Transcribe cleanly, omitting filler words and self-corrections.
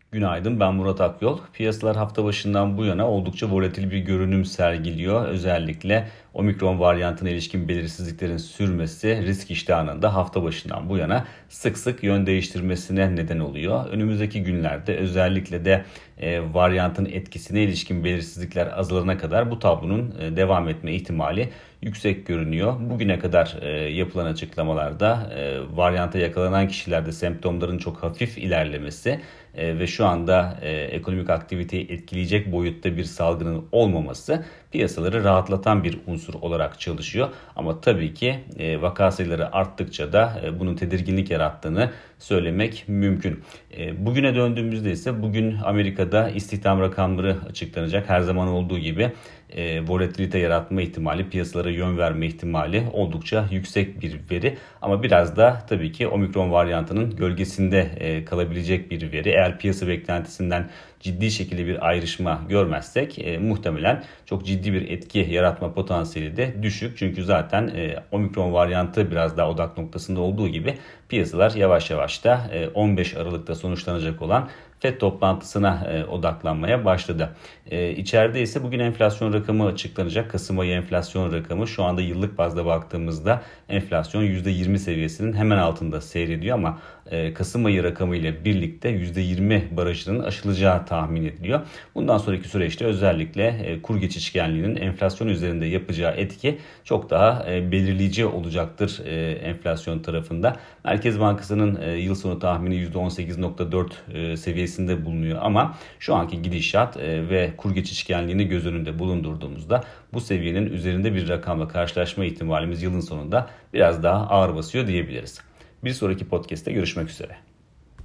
Günaydın, ben Murat Akyol. Piyasalar hafta başından bu yana oldukça volatil bir görünüm sergiliyor. Özellikle omikron varyantına ilişkin belirsizliklerin sürmesi risk iştahının da hafta başından bu yana sık sık yön değiştirmesine neden oluyor. Önümüzdeki günlerde özellikle de varyantın etkisine ilişkin belirsizlikler azalana kadar bu tablonun devam etme ihtimali yüksek görünüyor. Bugüne kadar yapılan açıklamalarda varyanta yakalanan kişilerde semptomların çok hafif ilerlemesi ve şu anda ekonomik aktiviteyi etkileyecek boyutta bir salgının olmaması piyasaları rahatlatan bir unsur olarak çalışıyor. Ama tabii ki vaka sayıları arttıkça da bunun tedirginlik yarattığını söylemek mümkün. Bugüne döndüğümüzde ise bugün Amerika'da istihdam rakamları açıklanacak. Her zaman olduğu gibi volatilite yaratma ihtimali, piyasalara yön verme ihtimali oldukça yüksek bir veri. Ama biraz da tabii ki omikron varyantının gölgesinde kalabilecek bir veri. Eğer piyasa beklentisinden ciddi şekilde bir ayrışma görmezsek muhtemelen çok ciddi bir etki yaratma potansiyeli de düşük. Çünkü zaten omikron varyantı biraz daha odak noktasında olduğu gibi piyasalar yavaş yavaş da 15 Aralık'ta sonuçlanacak olan FED toplantısına odaklanmaya başladı. İçeride ise bugün enflasyon rakamı açıklanacak. Kasım ayı enflasyon rakamı şu anda yıllık bazda baktığımızda enflasyon %20 seviyesinin hemen altında seyrediyor ama Kasım ayı rakamı ile birlikte %20 barajının aşılacağı tahmin ediliyor. Bundan sonraki süreçte özellikle kur geçişkenliğinin enflasyon üzerinde yapacağı etki çok daha belirleyici olacaktır enflasyon tarafında. Merkez Bankası'nın yıl sonu tahmini %18.4 seviyesinde bulunuyor ama şu anki gidişat ve kur geçişkenliğini göz önünde bulundurduğumuzda bu seviyenin üzerinde bir rakamla karşılaşma ihtimalimiz yılın sonunda biraz daha ağır basıyor diyebiliriz. Bir sonraki podcast'te görüşmek üzere.